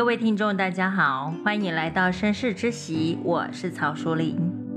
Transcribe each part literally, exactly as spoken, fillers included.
各位听众大家好，欢迎来到绅士之席，我是曹淑玲。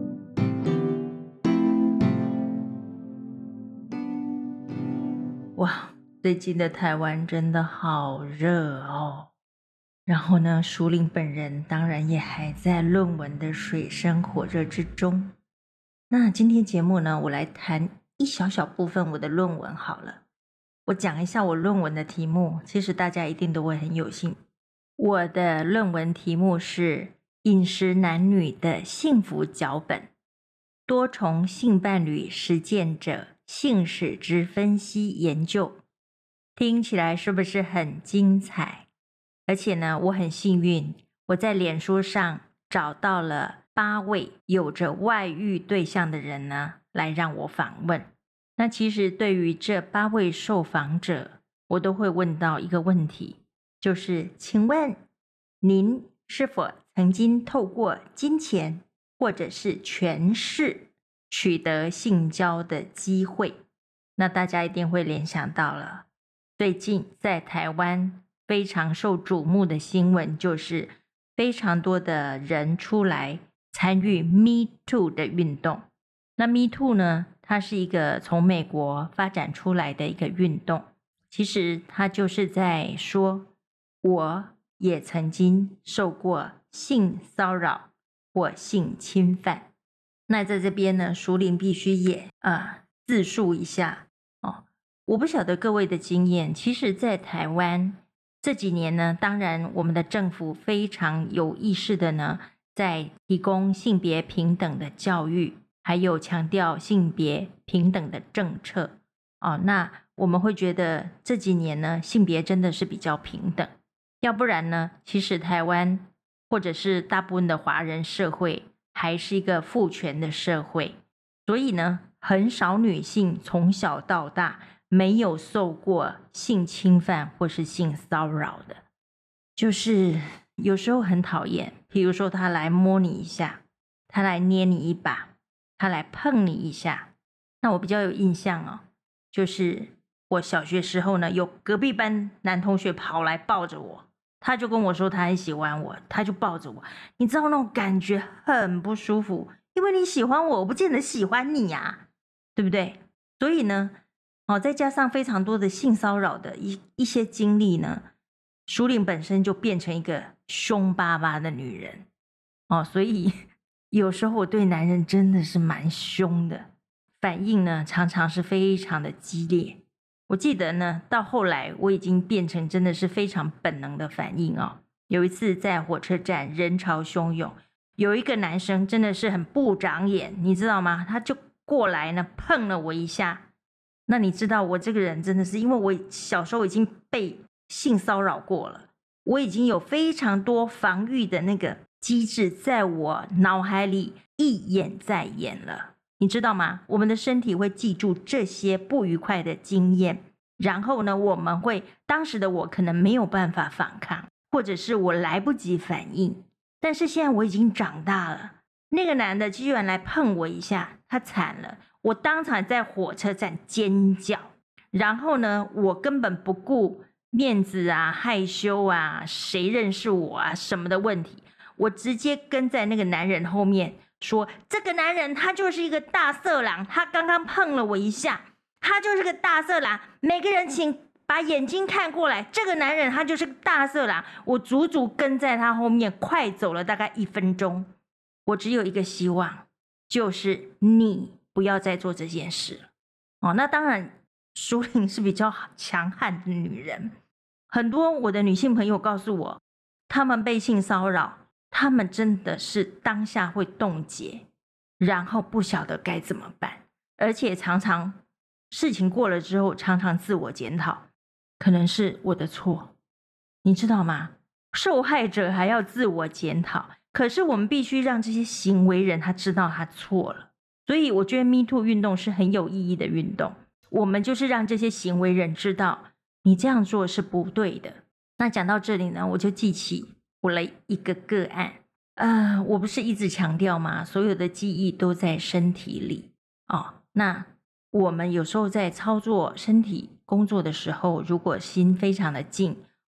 哇，最近的台湾真的好热哦。然后呢，淑玲本人当然也还在论文的水深火热之中。那今天节目呢，我来谈一小小部分我的论文好了。我讲一下我论文的题目，其实大家一定都会很有兴趣。我的论文题目是饮食男女的幸福脚本，多重性伴侣实践者性史之分析研究。听起来是不是很精彩？而且呢，我很幸运，我在脸书上找到了八位有着外遇对象的人呢，来让我访问。那其实对于这八位受访者，我都会问到一个问题，就是请问您是否曾经透过金钱或者是权势取得性交的机会？那大家一定会联想到了，最近在台湾非常受瞩目的新闻，就是非常多的人出来参与 Me Too 的运动。那 Me Too 呢，它是一个从美国发展出来的一个运动，其实它就是在说，我也曾经受过性骚扰或性侵犯。那在这边呢，淑玲必须也呃自述一下哦。我不晓得各位的经验，其实在台湾这几年呢，当然我们的政府非常有意识的呢，在提供性别平等的教育，还有强调性别平等的政策哦。那我们会觉得这几年呢，性别真的是比较平等。要不然呢，其实台湾或者是大部分的华人社会还是一个父权的社会，所以呢，很少女性从小到大没有受过性侵犯或是性骚扰的。就是有时候很讨厌，比如说他来摸你一下，他来捏你一把，他来碰你一下。那我比较有印象哦，就是我小学时候呢，有隔壁班男同学跑来抱着我，他就跟我说他很喜欢我，他就抱着我，你知道那种感觉很不舒服，因为你喜欢我，我不见得喜欢你啊，对不对？所以呢，哦，再加上非常多的性骚扰的一一些经历呢，淑玲本身就变成一个凶巴巴的女人哦，所以有时候我对男人真的是蛮凶的，反应呢常常是非常的激烈。我记得呢，到后来我已经变成真的是非常本能的反应哦。有一次在火车站人潮汹涌，有一个男生真的是很不长眼，你知道吗？他就过来呢碰了我一下。那你知道我这个人真的是，因为我小时候已经被性骚扰过了，我已经有非常多防御的那个机制在我脑海里一演再演了。你知道吗？我们的身体会记住这些不愉快的经验，然后呢，我们会当时的我可能没有办法反抗，或者是我来不及反应。但是现在我已经长大了，那个男的居然来碰我一下，他惨了，我当场在火车站尖叫，然后呢，我根本不顾面子啊、害羞啊、谁认识我啊什么的问题，我直接跟在那个男人后面说，这个男人他就是一个大色狼，他刚刚碰了我一下，他就是个大色狼，每个人请把眼睛看过来，这个男人他就是个大色狼。我足足跟在他后面快走了大概一分钟，我只有一个希望，就是你不要再做这件事了哦。那当然淑玲是比较强悍的女人，很多我的女性朋友告诉我，她们被性骚扰，他们真的是当下会冻结，然后不晓得该怎么办，而且常常事情过了之后，常常自我检讨，可能是我的错，你知道吗？受害者还要自我检讨，可是我们必须让这些行为人他知道他错了。所以我觉得 Me Too 运动是很有意义的运动，我们就是让这些行为人知道你这样做是不对的。那讲到这里呢，我就记起我了一个个案，呃，我不是一直强调吗？所有的记忆都在身体里哦。那我们有时候在操作身体工作的时候，如果心非常的静，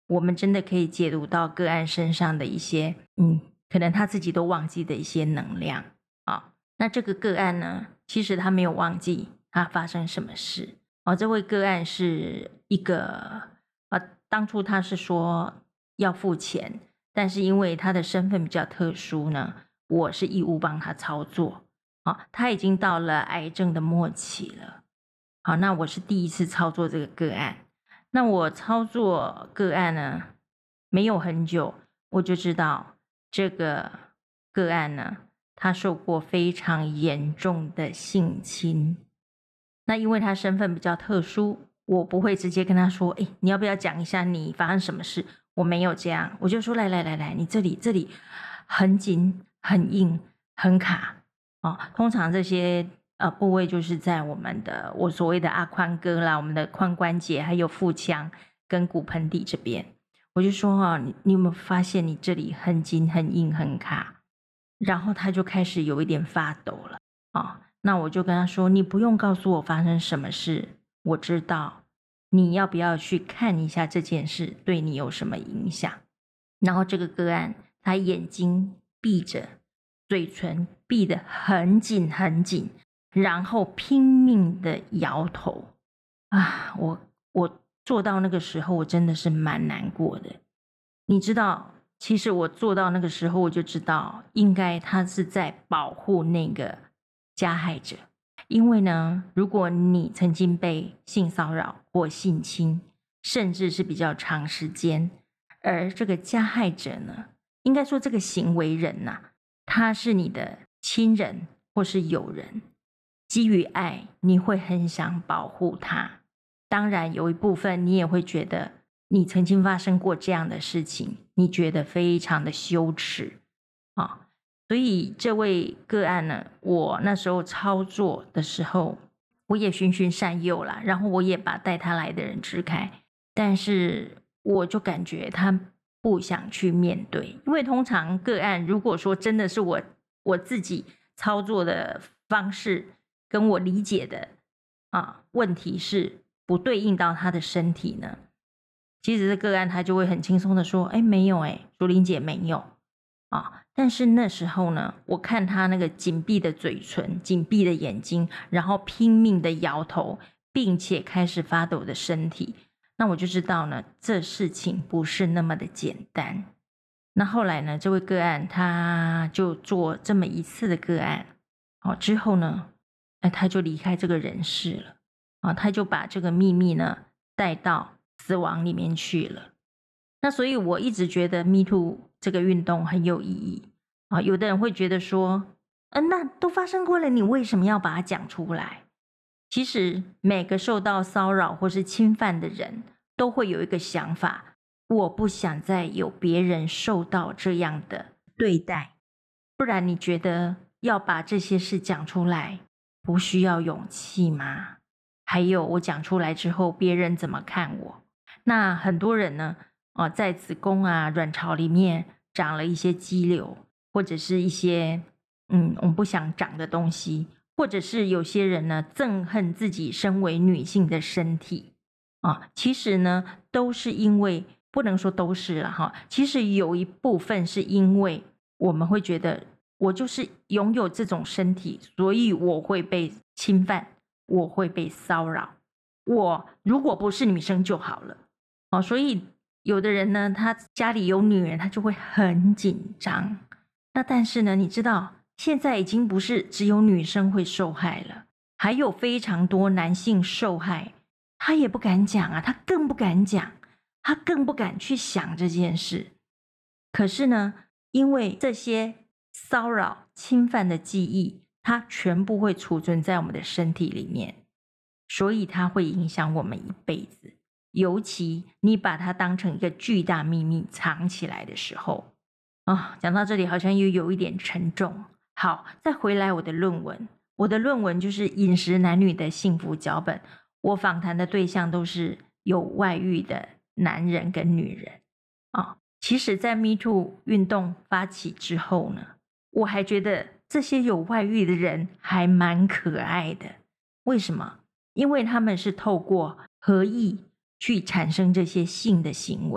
我们真的可以解读到个案身上的一些嗯，可能他自己都忘记的一些能量啊。那这个个案呢，其实他没有忘记他发生什么事啊。这位个案是一个啊，当初他是说要付钱，但是因为他的身份比较特殊呢，我是义务帮他操作啊。他已经到了癌症的末期了。好，那我是第一次操作这个个案。那我操作个案呢，没有很久，我就知道这个个案呢，他受过非常严重的性侵。那因为他身份比较特殊，我不会直接跟他说，哎，你要不要讲一下你发生什么事？我没有这样，我就说，来来来来，你这里这里很紧、很硬、很卡哦。通常这些呃部位就是在我们的我所谓的阿髋哥啦，我们的髋关节，还有腹腔跟骨盆底这边。我就说哦，你你有没有发现你这里很紧、很硬、很卡？然后他就开始有一点发抖了啊、哦。那我就跟他说，你不用告诉我发生什么事，我知道。你要不要去看一下这件事对你有什么影响？然后这个个案，他眼睛闭着，嘴唇闭得很紧很紧，然后拼命的摇头啊！我我做到那个时候，我真的是蛮难过的。你知道，其实我做到那个时候，我就知道，应该他是在保护那个加害者。因为呢，如果你曾经被性骚扰或性侵，甚至是比较长时间，而这个加害者呢，应该说这个行为人呐、啊，他是你的亲人或是友人，基于爱，你会很想保护他。当然，有一部分你也会觉得你曾经发生过这样的事情，你觉得非常的羞耻啊。所以这位个案呢，我那时候操作的时候，我也循循善诱啦，然后我也把带他来的人支开，但是我就感觉他不想去面对，因为通常个案如果说真的是我我自己操作的方式跟我理解的啊问题是不对应到他的身体呢，其实这个案他就会很轻松的说，哎，没有哎，竹林姐没有啊。但是那时候呢，我看他那个紧闭的嘴唇、紧闭的眼睛，然后拼命的摇头，并且开始发抖的身体，那我就知道呢，这事情不是那么的简单。那后来呢，这位个案他就做这么一次的个案，哦，之后呢，哎，他就离开这个人世了，啊、哦，他就把这个秘密呢带到死亡里面去了。那所以我一直觉得 Me Too 这个运动很有意义啊。有的人会觉得说，嗯、呃，那都发生过了，你为什么要把它讲出来？其实每个受到骚扰或是侵犯的人都会有一个想法，我不想再有别人受到这样的对待。不然你觉得要把这些事讲出来，不需要勇气吗？还有我讲出来之后，别人怎么看我？那很多人呢，哦，在子宫啊、卵巢里面长了一些肌瘤，或者是一些嗯我们不想长的东西，或者是有些人呢憎恨自己身为女性的身体啊，其实呢都是因为，不能说都是了哈，其实有一部分是因为我们会觉得我就是拥有这种身体，所以我会被侵犯，我会被骚扰，我如果不是女生就好了哦，所以有的人呢，他家里有女人，他就会很紧张。那但是呢，你知道现在已经不是只有女生会受害了，还有非常多男性受害，他也不敢讲啊，他更不敢讲，他更不敢去想这件事。可是呢，因为这些骚扰、侵犯的记忆，它全部会储存在我们的身体里面，所以它会影响我们一辈子。尤其你把它当成一个巨大秘密藏起来的时候啊，讲到这里好像又有一点沉重。好，再回来我的论文，我的论文就是饮食男女的幸福脚本。我访谈的对象都是有外遇的男人跟女人啊。其实在 Me Too 运动发起之后呢，我还觉得这些有外遇的人还蛮可爱的。为什么？因为他们是透过合意去产生这些性的行为，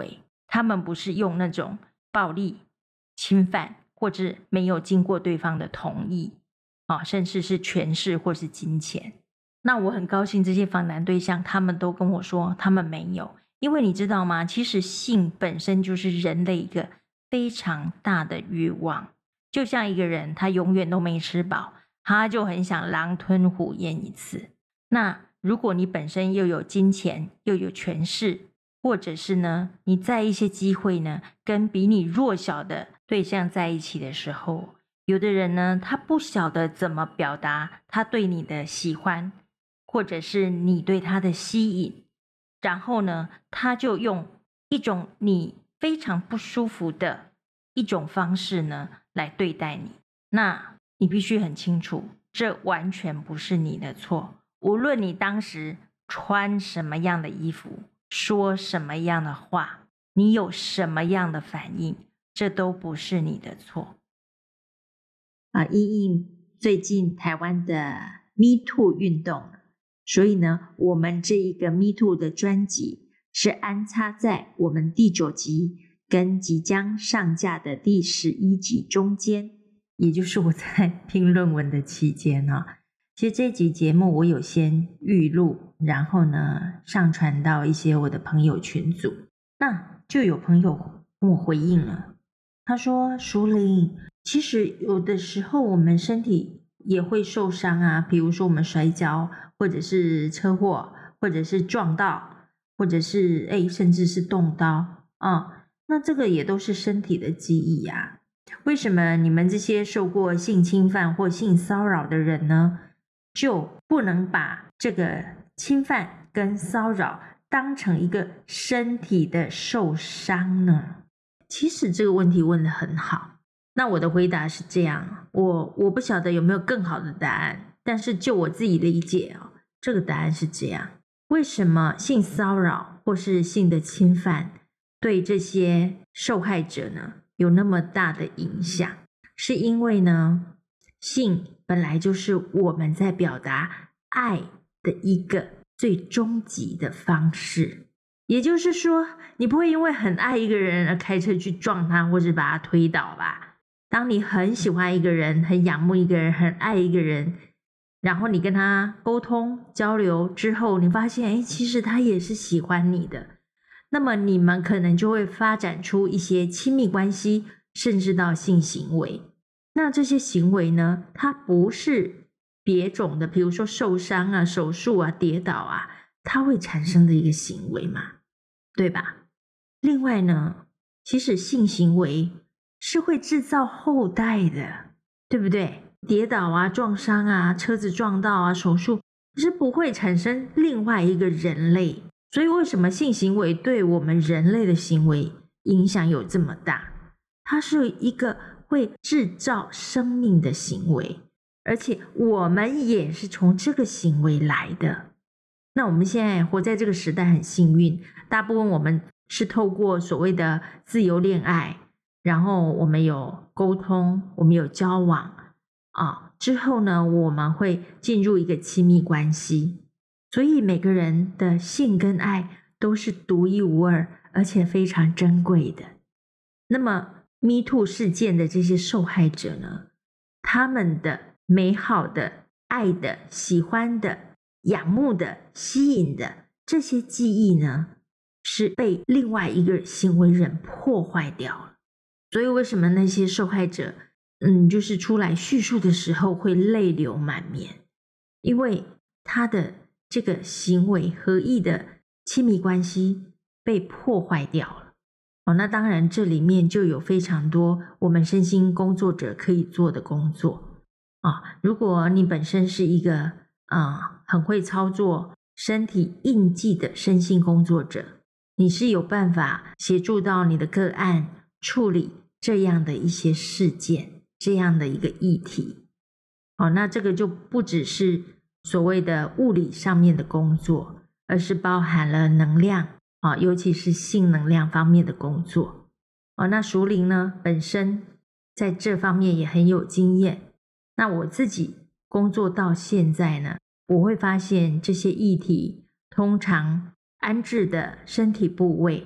他们不是用那种暴力侵犯，或者没有经过对方的同意啊，甚至是权势或是金钱。那我很高兴这些访谈对象他们都跟我说他们没有，因为你知道吗，其实性本身就是人类一个非常大的欲望，就像一个人他永远都没吃饱，他就很想狼吞虎咽一次。那如果你本身又有金钱又有权势，或者是呢你在一些机会呢跟比你弱小的对象在一起的时候，有的人呢他不晓得怎么表达他对你的喜欢，或者是你对他的吸引，然后呢他就用一种你非常不舒服的一种方式呢来对待你。那你必须很清楚，这完全不是你的错，无论你当时穿什么样的衣服，说什么样的话，你有什么样的反应，这都不是你的错。 啊，因应最近台湾的 Me Too 运动，所以呢，我们这一个 Me Too 的专辑是安插在我们第九集跟即将上架的第十一集中间， 也就是我在拼论文的期间啊。其实这集节目我有先预录，然后呢上传到一些我的朋友群组，那就有朋友跟我回应了，他说淑玲，其实有的时候我们身体也会受伤啊，比如说我们摔跤，或者是车祸，或者是撞到，或者是诶甚至是动刀啊，那这个也都是身体的记忆啊。为什么你们这些受过性侵犯或性骚扰的人呢，就不能把这个侵犯跟骚扰当成一个身体的受伤呢？其实这个问题问得很好，那我的回答是这样，我我不晓得有没有更好的答案，但是就我自己理解哦，这个答案是这样。为什么性骚扰或是性的侵犯对这些受害者呢有那么大的影响？是因为呢，性本来就是我们在表达爱的一个最终极的方式，也就是说，你不会因为很爱一个人而开车去撞他或是把他推倒吧？当你很喜欢一个人，很仰慕一个人，很爱一个人，然后你跟他沟通交流之后，你发现诶其实他也是喜欢你的，那么你们可能就会发展出一些亲密关系，甚至到性行为。那这些行为呢，它不是别种的，比如说受伤啊、手术啊、跌倒啊，它会产生的一个行为嘛，对吧？另外呢，其实性行为是会制造后代的，对不对？跌倒啊、撞伤啊、车子撞到啊、手术是不会产生另外一个人类。所以为什么性行为对我们人类的行为影响有这么大？它是一个会制造生命的行为，而且我们也是从这个行为来的。那我们现在活在这个时代很幸运，大部分我们是透过所谓的自由恋爱，然后我们有沟通，我们有交往啊，之后呢，我们会进入一个亲密关系。所以每个人的性跟爱都是独一无二，而且非常珍贵的。那么 Me Too 事件的这些受害者呢，他们的美好的、爱的、喜欢的、仰慕的、吸引的这些记忆呢，是被另外一个行为人破坏掉了。所以为什么那些受害者嗯，就是出来叙述的时候会泪流满面？因为他的这个行为合意的亲密关系被破坏掉了。哦，那当然这里面就有非常多我们身心工作者可以做的工作啊。如果你本身是一个啊很会操作身体印记的身心工作者，你是有办法协助到你的个案处理这样的一些事件，这样的一个议题。哦，那这个就不只是所谓的物理上面的工作，而是包含了能量啊，尤其是性能量方面的工作。哦，那淑玲呢，本身在这方面也很有经验。那我自己工作到现在呢，我会发现这些议题通常安置的身体部位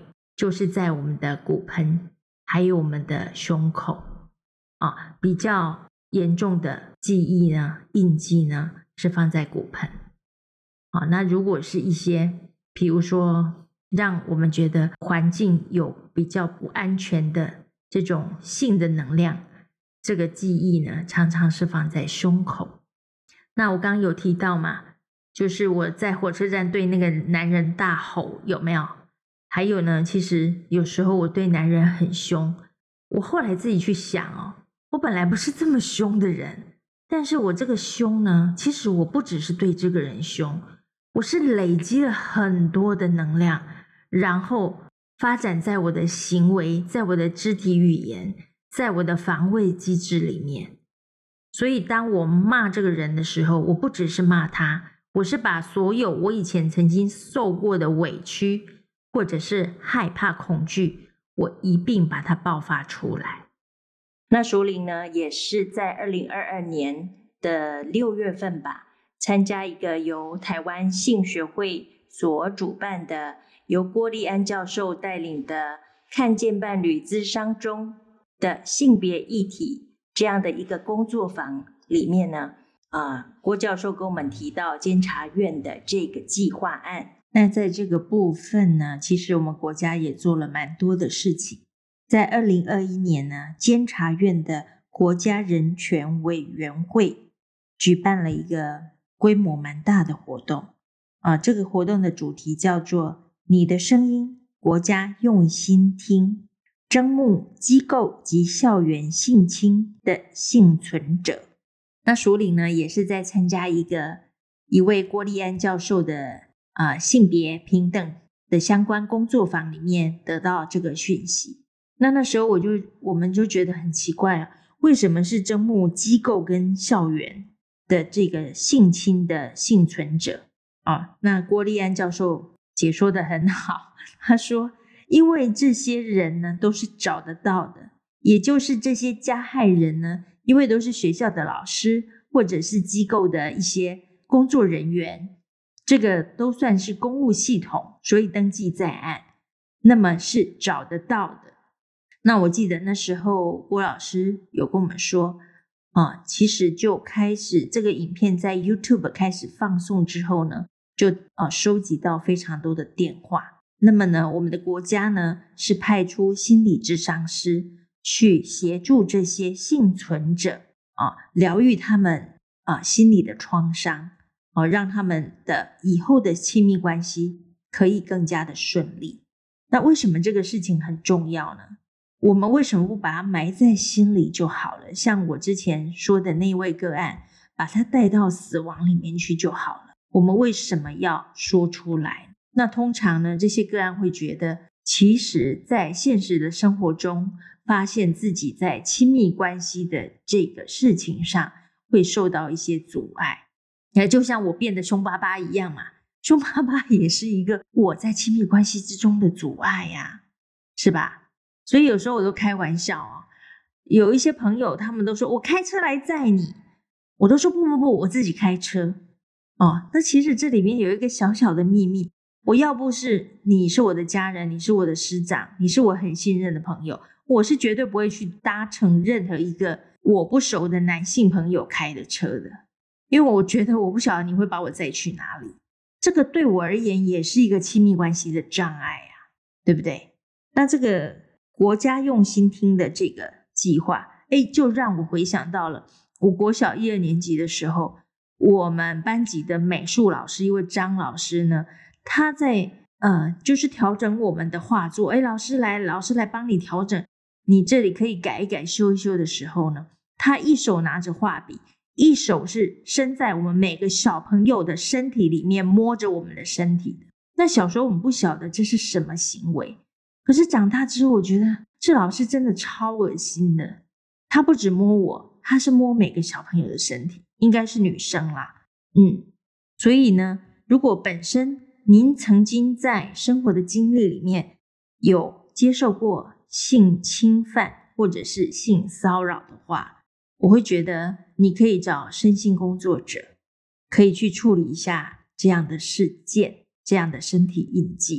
就是在我们的骨盆还有我们的胸口啊，比较严重的记忆呢印记呢是放在骨盆啊。那如果是一些比如说让我们觉得环境有比较不安全的这种性的能量，这个记忆呢常常是放在胸口。那我刚刚有提到嘛，就是我在火车站对那个男人大吼，有没有？还有呢，其实有时候我对男人很凶，我后来自己去想哦，我本来不是这么凶的人，但是我这个凶呢，其实我不只是对这个人凶，我是累积了很多的能量，然后发展在我的行为，在我的肢体语言，在我的防卫机制里面。所以当我骂这个人的时候，我不只是骂他，我是把所有我以前曾经受过的委屈或者是害怕恐惧，我一并把它爆发出来。那淑玲呢，也是在二零二二年的六月份吧，参加一个由台湾性学会所主办的，由郭立安教授带领的看见伴侣咨商中的性别议题这样的一个工作坊里面呢，呃，郭教授跟我们提到监察院的这个计划案。那在这个部分呢，其实我们国家也做了蛮多的事情。在二零二一年呢，监察院的国家人权委员会举办了一个规模蛮大的活动啊，这个活动的主题叫做你的声音，国家用心听，征募机构及校园性侵的幸存者。那淑玲呢，也是在参加一个一位郭立安教授的呃性别平等的相关工作坊里面得到这个讯息。那那时候我就我们就觉得很奇怪啊，为什么是征募机构跟校园的这个性侵的幸存者啊？那郭立安教授解说得很好，他说因为这些人呢都是找得到的，也就是这些加害人呢，因为都是学校的老师或者是机构的一些工作人员，这个都算是公务系统，所以登记在案，那么是找得到的。那我记得那时候郭老师有跟我们说啊，其实就开始这个影片在 YouTube 开始放送之后呢，就啊收集到非常多的电话。那么呢，我们的国家呢是派出心理咨商师去协助这些幸存者啊，疗愈他们啊心理的创伤啊，让他们的以后的亲密关系可以更加的顺利。那为什么这个事情很重要呢？我们为什么不把它埋在心里就好了？像我之前说的那位个案，把它带到死亡里面去就好了。我们为什么要说出来？那通常呢，这些个案会觉得，其实在现实的生活中，发现自己在亲密关系的这个事情上会受到一些阻碍。也就像我变得凶巴巴一样嘛，凶巴巴也是一个我在亲密关系之中的阻碍呀，是吧？所以有时候我都开玩笑哦，有一些朋友他们都说我开车来载你，我都说不不不，我自己开车哦。那其实这里面有一个小小的秘密，我要不是你是我的家人，你是我的师长，你是我很信任的朋友，我是绝对不会去搭乘任何一个我不熟的男性朋友开的车的，因为我觉得我不晓得你会把我载去哪里，这个对我而言也是一个亲密关系的障碍啊，对不对？那这个国家用心听的这个计划，诶，就让我回想到了我国小一二年级的时候，我们班级的美术老师，一位张老师呢，他在呃，就是调整我们的画作，诶，老师来，老师来帮你调整，你这里可以改一改修一修的时候呢，他一手拿着画笔，一手是伸在我们每个小朋友的身体里面摸着我们的身体的。那小时候我们不晓得这是什么行为，可是长大之后我觉得这老师真的超恶心的，他不只摸我，他是摸每个小朋友的身体，应该是女生啦。嗯，所以呢，如果本身您曾经在生活的经历里面有接受过性侵犯或者是性骚扰的话，我会觉得你可以找身心工作者，可以去处理一下这样的事件，这样的身体印记。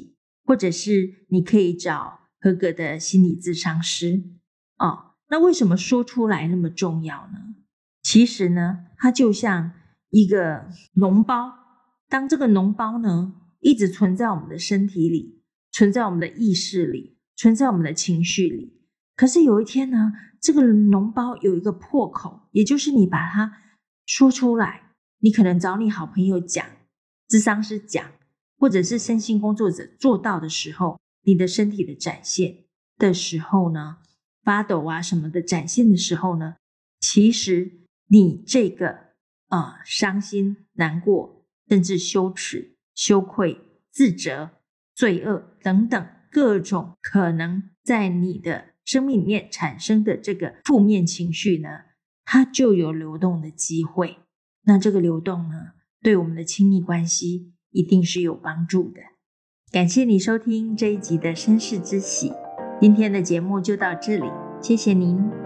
或者是你可以找合格的心理咨商师哦。那为什么说出来那么重要呢？其实呢，它就像一个脓包，当这个脓包呢一直存在我们的身体里，存在我们的意识里，存在我们的情绪里，可是有一天呢，这个脓包有一个破口，也就是你把它说出来，你可能找你好朋友讲，諮商师讲，或者是身心工作者做到的时候，你的身体的展现的时候呢，发抖啊什么的展现的时候呢，其实你这个呃伤心、难过，甚至羞耻、羞愧、自责、罪恶等等各种可能在你的生命里面产生的这个负面情绪呢，它就有流动的机会。那这个流动呢，对我们的亲密关系一定是有帮助的。感谢你收听这一集的身世之喜，今天的节目就到这里，谢谢您。